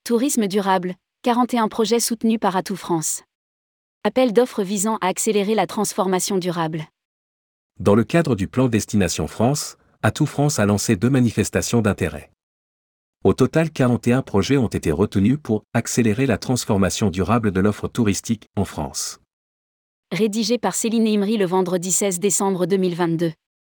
Tourisme durable, 41 projets soutenus par Atout France. Appel d'offres visant à accélérer la transformation durable. Dans le cadre du plan Destination France, Atout France a lancé 2 manifestations d'intérêt. Au total, 41 projets ont été retenus pour accélérer la transformation durable de l'offre touristique en France. Rédigé par Céline Imri le vendredi 16 décembre 2022.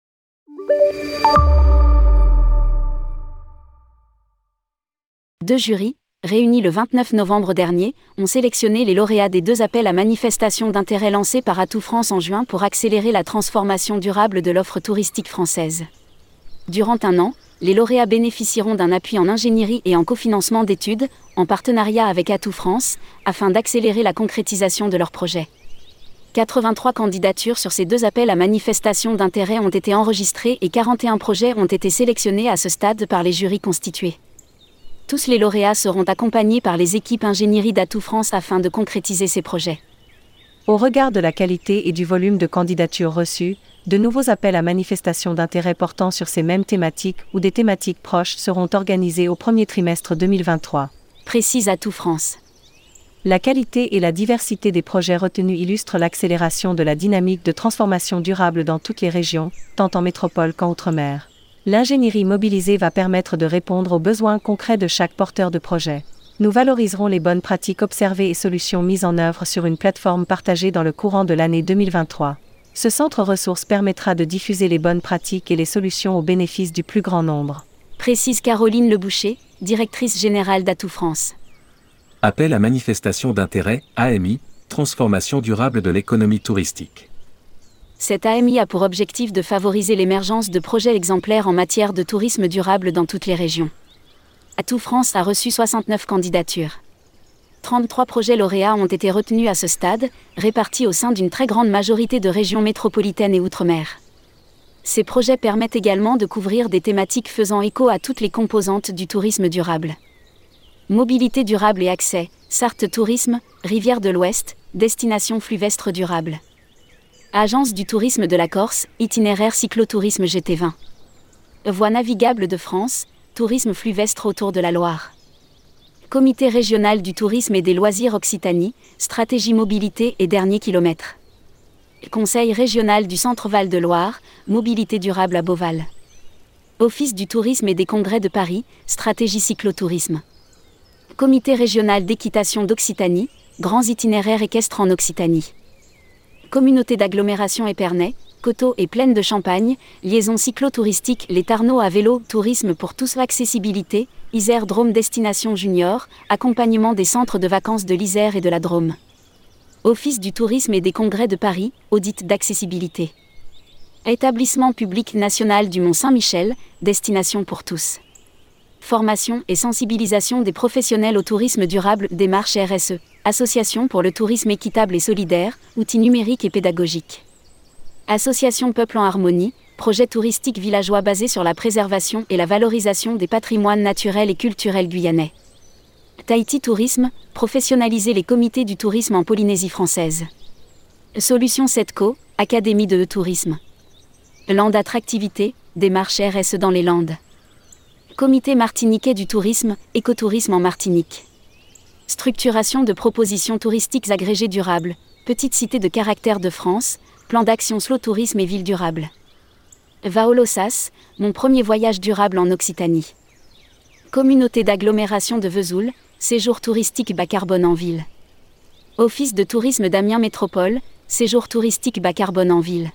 Deux jurys, réunis le 29 novembre dernier, ont sélectionné les lauréats des 2 appels à manifestation d'intérêt lancés par Atout France en juin pour accélérer la transformation durable de l'offre touristique française. Durant un an, les lauréats bénéficieront d'un appui en ingénierie et en cofinancement d'études, en partenariat avec Atout France, afin d'accélérer la concrétisation de leurs projets. 83 candidatures sur ces 2 appels à manifestation d'intérêt ont été enregistrées et 41 projets ont été sélectionnés à ce stade par les jurys constitués. Tous les lauréats seront accompagnés par les équipes ingénierie d'Atout France afin de concrétiser ces projets. Au regard de la qualité et du volume de candidatures reçues, de nouveaux appels à manifestation d'intérêt portant sur ces mêmes thématiques ou des thématiques proches seront organisés au premier trimestre 2023. Précise Atout France. La qualité et la diversité des projets retenus illustrent l'accélération de la dynamique de transformation durable dans toutes les régions, tant en métropole qu'en outre-mer. L'ingénierie mobilisée va permettre de répondre aux besoins concrets de chaque porteur de projet. Nous valoriserons les bonnes pratiques observées et solutions mises en œuvre sur une plateforme partagée dans le courant de l'année 2023. Ce centre ressources permettra de diffuser les bonnes pratiques et les solutions au bénéfice du plus grand nombre. Précise Caroline Leboucher, directrice générale d'Atout France. Appel à manifestation d'intérêt, AMI, transformation durable de l'économie touristique. Cette AMI a pour objectif de favoriser l'émergence de projets exemplaires en matière de tourisme durable dans toutes les régions. Atout France a reçu 69 candidatures. 33 projets lauréats ont été retenus à ce stade, répartis au sein d'une très grande majorité de régions métropolitaines et outre-mer. Ces projets permettent également de couvrir des thématiques faisant écho à toutes les composantes du tourisme durable. Mobilité durable et accès, Sarthe Tourisme, Rivière de l'Ouest, destination fluvestre durable. Agence du tourisme de la Corse, itinéraire cyclotourisme GT20. Voie navigable de France, tourisme fluvestre autour de la Loire. Comité régional du tourisme et des loisirs Occitanie, stratégie mobilité et dernier kilomètre. Conseil régional du Centre Val de Loire, mobilité durable à Beauval. Office du tourisme et des congrès de Paris, stratégie cyclotourisme. Comité régional d'équitation d'Occitanie, grands itinéraires équestres en Occitanie. Communauté d'agglomération Épernay, Coteaux et Plaine de Champagne, liaison cyclotouristique Les Tarneaux à vélo, tourisme pour tous, accessibilité, Isère Drôme destination junior, accompagnement des centres de vacances de l'Isère et de la Drôme. Office du tourisme et des congrès de Paris, audit d'accessibilité. Établissement public national du Mont-Saint-Michel, destination pour tous. Formation et sensibilisation des professionnels au tourisme durable, démarche RSE, Association pour le tourisme équitable et solidaire, outils numériques et pédagogiques. Association Peuple en Harmonie, projet touristique villageois basé sur la préservation et la valorisation des patrimoines naturels et culturels guyanais. Tahiti Tourisme, professionnaliser les comités du tourisme en Polynésie française. Solutions Setco, Académie de tourisme. Landes Attractivité, démarche RSE dans les Landes. Comité martiniquais du tourisme, écotourisme en Martinique. Structuration de propositions touristiques agrégées durables, petite cité de caractère de France, plan d'action slow tourisme et ville durable. Vaolosas, mon premier voyage durable en Occitanie. Communauté d'agglomération de Vesoul, séjour touristique bas carbone en ville. Office de tourisme d'Amiens Métropole, séjour touristique bas carbone en ville.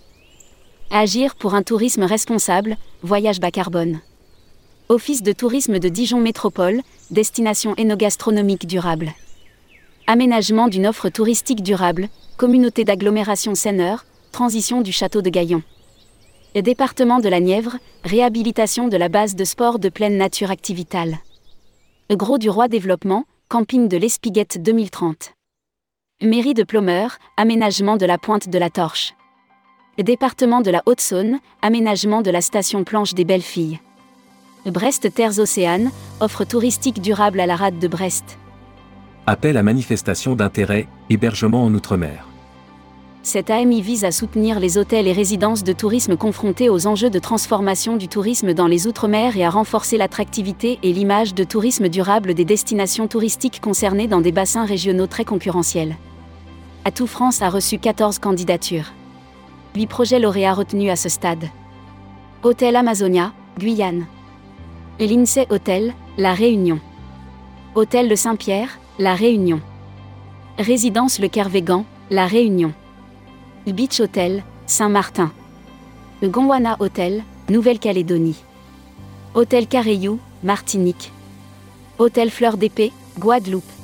Agir pour un tourisme responsable, voyage bas carbone. Office de tourisme de Dijon Métropole, destination énogastronomique durable. Aménagement d'une offre touristique durable, communauté d'agglomération Seineur, transition du château de Gaillon. Et département de la Nièvre, réhabilitation de la base de sport de pleine nature Activital. Gros du Roi Développement, camping de l'Espiguette 2030. Mairie de Plomeur, aménagement de la pointe de la Torche. Département de la Haute-Saône, aménagement de la station Planche des Belles-Filles. Brest Terres Océanes, offre touristique durable à la rade de Brest. Appel à manifestation d'intérêt, hébergement en Outre-mer. Cette AMI vise à soutenir les hôtels et résidences de tourisme confrontés aux enjeux de transformation du tourisme dans les Outre-mer et à renforcer l'attractivité et l'image de tourisme durable des destinations touristiques concernées dans des bassins régionaux très concurrentiels. Atout France a reçu 14 candidatures. 8 projets lauréats retenus à ce stade. Hôtel Amazonia, Guyane. L'INSEE Hôtel, La Réunion. Hôtel de Saint-Pierre, La Réunion. Résidence Le Kervégan, La Réunion. Beach Hotel, Saint-Martin. Gondwana Hotel, Nouvelle-Calédonie. Hôtel Carayou, Martinique. Hôtel Fleur d'Épée, Guadeloupe.